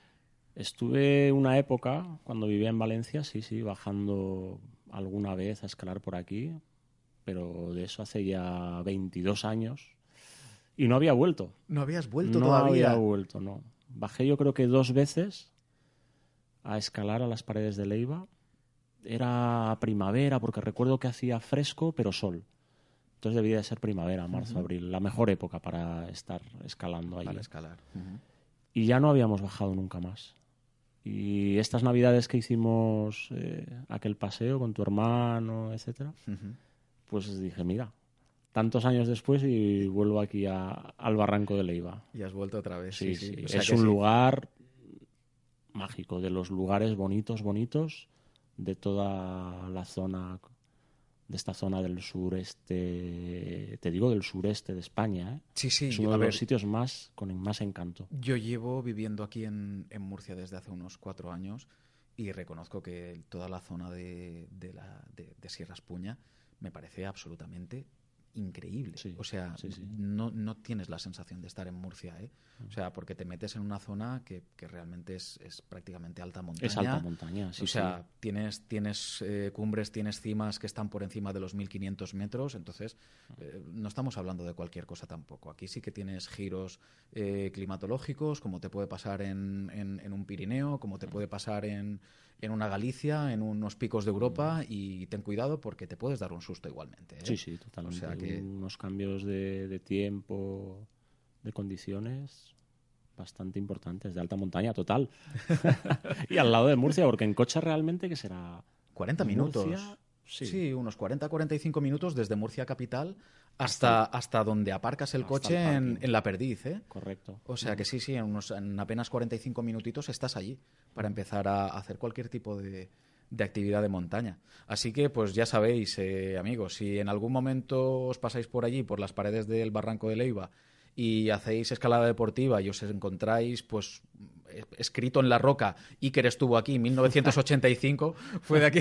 [SPEAKER 3] Estuve una época, cuando vivía en Valencia, sí, sí, bajando alguna vez a escalar por aquí, pero de eso hace ya veintidós años y no había vuelto.
[SPEAKER 2] No habías vuelto
[SPEAKER 3] no
[SPEAKER 2] todavía.
[SPEAKER 3] había vuelto, no. Bajé yo creo que dos veces a escalar a las paredes de Leiva. Era primavera, porque recuerdo que hacía fresco, pero sol. Entonces debía de ser primavera, marzo, abril, la mejor época para estar escalando ahí.
[SPEAKER 2] Para escalar. Ujú.
[SPEAKER 3] Y ya no habíamos bajado nunca más. Y estas navidades que hicimos eh, aquel paseo con tu hermano, etcétera,
[SPEAKER 2] Uh-huh.
[SPEAKER 3] pues dije, mira, tantos años después y vuelvo aquí a, al Barranco de Leiva.
[SPEAKER 2] Y has vuelto otra vez.
[SPEAKER 3] Sí,
[SPEAKER 2] Sí,
[SPEAKER 3] sí.
[SPEAKER 2] sí. O sea
[SPEAKER 3] Es
[SPEAKER 2] que
[SPEAKER 3] un
[SPEAKER 2] sí.
[SPEAKER 3] lugar mágico, de los lugares bonitos, bonitos de toda la zona, de esta zona del sureste, te digo del sureste de España, ¿eh?
[SPEAKER 2] Sí, sí.
[SPEAKER 3] Es uno
[SPEAKER 2] a
[SPEAKER 3] de
[SPEAKER 2] ver,
[SPEAKER 3] los sitios más con más encanto.
[SPEAKER 2] yo llevo viviendo aquí en, en Murcia desde hace unos cuatro años y reconozco que toda la zona de, de, la, de, de Sierra Espuña me parece absolutamente increíble.
[SPEAKER 3] Sí,
[SPEAKER 2] o sea,
[SPEAKER 3] sí, sí.
[SPEAKER 2] No, no tienes la sensación de estar en Murcia, ¿eh? O sea, porque te metes en una zona que, que realmente es, es prácticamente alta montaña.
[SPEAKER 3] Es alta montaña, sí.
[SPEAKER 2] O sea,
[SPEAKER 3] sí.
[SPEAKER 2] tienes, tienes eh, cumbres, tienes cimas que están por encima de los mil quinientos metros, entonces eh, no estamos hablando de cualquier cosa tampoco. Aquí sí que tienes giros eh, climatológicos, como te puede pasar en, en, en un Pirineo, como te puede pasar en, en una Galicia, en unos picos de Europa, y ten cuidado porque te puedes dar un susto igualmente, ¿eh?
[SPEAKER 3] Sí, sí, totalmente.
[SPEAKER 2] O sea que...
[SPEAKER 3] Unos cambios de, de tiempo, de condiciones bastante importantes, de alta montaña total. Y al lado de Murcia, porque en coche realmente, ¿qué será?
[SPEAKER 2] cuarenta minutos.
[SPEAKER 3] Murcia,
[SPEAKER 2] sí.
[SPEAKER 3] sí.
[SPEAKER 2] unos cuarenta a cuarenta y cinco minutos desde Murcia capital hasta, hasta, hasta donde aparcas el coche
[SPEAKER 3] el
[SPEAKER 2] en, en La Perdiz, ¿eh?
[SPEAKER 3] Correcto.
[SPEAKER 2] O sea que sí, sí, en, unos, en apenas cuarenta y cinco minutitos estás allí para empezar a hacer cualquier tipo de, de actividad de montaña. Así que, pues ya sabéis, eh, amigos, si en algún momento os pasáis por allí, por las paredes del Barranco de Leiva, y hacéis escalada deportiva y os encontráis, pues, escrito en la roca, Iker estuvo aquí en mil novecientos ochenta y cinco, fue de aquí...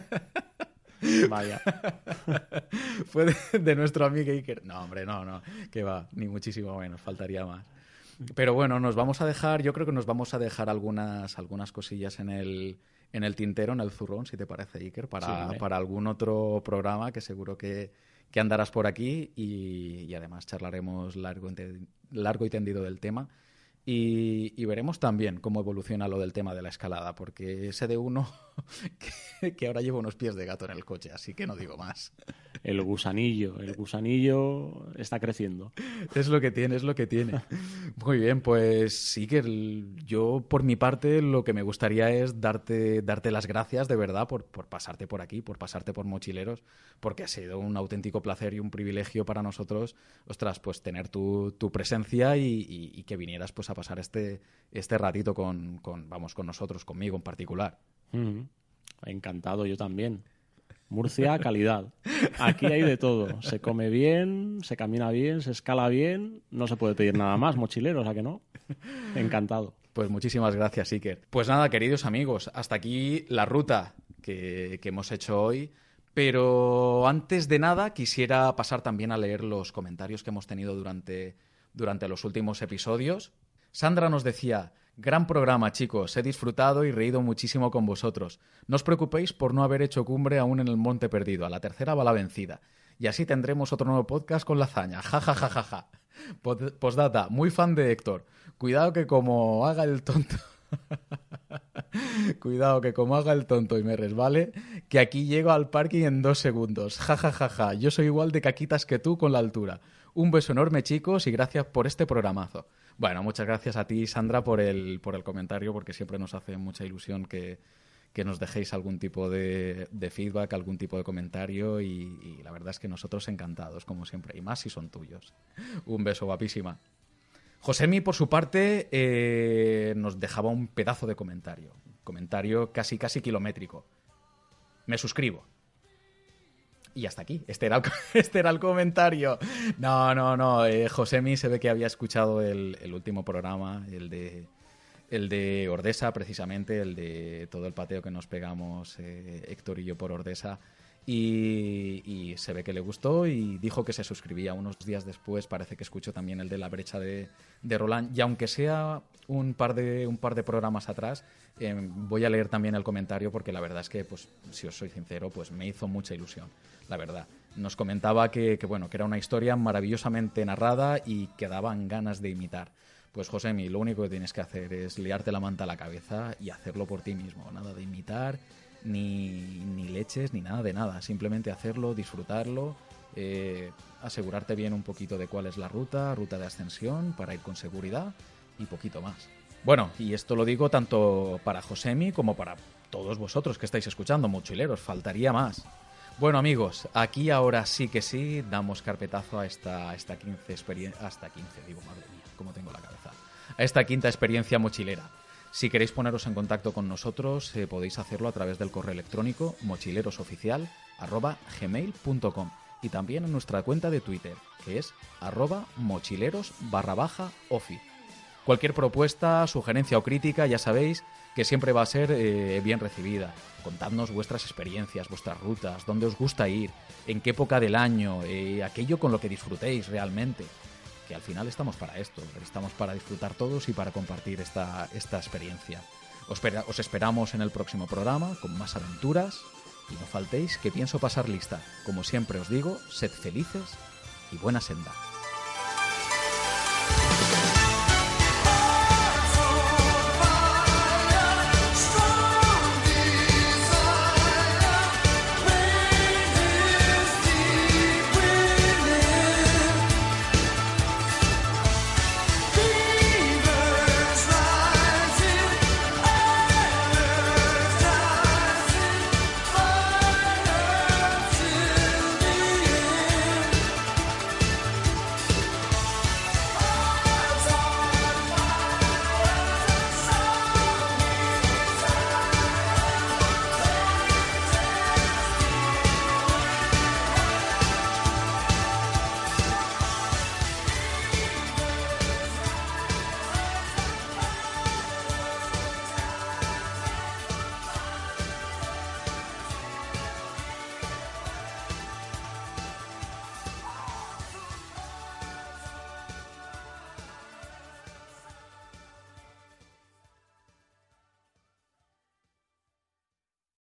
[SPEAKER 3] Vaya.
[SPEAKER 2] Fue de, de nuestro amigo Iker. No, hombre, no, no, que va, ni muchísimo menos, faltaría más. Pero bueno, nos vamos a dejar, yo creo que nos vamos a dejar algunas, algunas cosillas en el, en el tintero, en el zurrón, si te parece, Iker, para,
[SPEAKER 3] Sí,
[SPEAKER 2] para algún otro programa que seguro que, que andarás por aquí y, y además charlaremos largo, largo y tendido del tema. Y, y veremos también cómo evoluciona lo del tema de la escalada, porque sé de uno que, que ahora lleva unos pies de gato en el coche, así que no digo más.
[SPEAKER 3] El gusanillo, el gusanillo está creciendo.
[SPEAKER 2] Es lo que tiene, es lo que tiene. Muy bien, pues sí que el- yo por mi parte lo que me gustaría es darte, darte las gracias de verdad por, por pasarte por aquí, por pasarte por Mochileros, porque ha sido un auténtico placer y un privilegio para nosotros, ostras, pues tener tu, tu presencia y, y- y que vinieras pues a pasar este, este ratito con, con, vamos, con nosotros, conmigo en particular.
[SPEAKER 3] Mm. Encantado, yo también. Murcia, calidad. Aquí hay de todo. Se come bien, se camina bien, se escala bien. No se puede pedir nada más, mochileros, ¿a que no? Encantado.
[SPEAKER 2] Pues muchísimas gracias, Iker. Pues nada, queridos amigos, hasta aquí la ruta que, que hemos hecho hoy. Pero antes de nada, quisiera pasar también a leer los comentarios que hemos tenido durante, durante los últimos episodios. Sandra nos decía: gran programa, chicos, he disfrutado y reído muchísimo con vosotros. No os preocupéis por no haber hecho cumbre aún en el Monte Perdido, a la tercera va la vencida. Y así tendremos otro nuevo podcast con la hazaña. Ja, ja, ja, ja, ja. Pod- Postdata, muy fan de Héctor. Cuidado que como haga el tonto... Cuidado que como haga el tonto y me resbale, que aquí llego al parking en dos segundos. Ja, ja, ja, ja. Yo soy igual de caquitas que tú con la altura. Un beso enorme, chicos, y gracias por este programazo. Bueno, muchas gracias a ti, Sandra, por el, por el comentario, porque siempre nos hace mucha ilusión que, que nos dejéis algún tipo de, de feedback, algún tipo de comentario, y, y la verdad es que nosotros encantados, como siempre, y más si son tuyos. Un beso, guapísima. Josemi, por su parte, eh, nos dejaba un pedazo de comentario. Comentario casi, casi kilométrico. Me suscribo. Y hasta aquí. Este era el, este era el comentario. No, no, no. Eh, Josemi se ve que había escuchado el, el último programa, el de, el de Ordesa, precisamente, el de todo el pateo que nos pegamos eh, Héctor y yo por Ordesa. Y, y se ve que le gustó y dijo que se suscribía. Unos días después parece que escuchó también el de la brecha de, de Roland. Y aunque sea un par de, un par de programas atrás, eh, voy a leer también el comentario porque la verdad es que, pues, si os soy sincero, pues me hizo mucha ilusión, la verdad. Nos comentaba que, que, bueno, que era una historia maravillosamente narrada y que daban ganas de imitar. Pues, Josemi, lo único que tienes que hacer es liarte la manta a la cabeza y hacerlo por ti mismo. Nada de imitar, ni, ni leches, ni nada de nada. Simplemente hacerlo, disfrutarlo, eh, asegurarte bien un poquito de cuál es la ruta, ruta de ascensión, para ir con seguridad y poquito más. Bueno, y esto lo digo tanto para Josemi como para todos vosotros que estáis escuchando, mochileros, faltaría más. Bueno, amigos, aquí ahora sí que sí damos carpetazo a esta, a esta quince experiencia, hasta quince, digo, madre mía, cómo tengo la cabeza, a esta quinta experiencia mochilera. Si queréis poneros en contacto con nosotros, eh, podéis hacerlo a través del correo electrónico mochilerosoficial arroba gmail punto com y también en nuestra cuenta de Twitter, que es arroba mochileros barra baja ofi. Cualquier propuesta, sugerencia o crítica, ya sabéis que siempre va a ser eh, bien recibida. Contadnos vuestras experiencias, vuestras rutas, dónde os gusta ir, en qué época del año, eh, aquello con lo que disfrutéis realmente. Que al final estamos para esto, estamos para disfrutar todos y para compartir esta, esta experiencia. Os, espera, os esperamos en el próximo programa con más aventuras y no faltéis que pienso pasar lista. Como siempre os digo, sed felices y buena senda.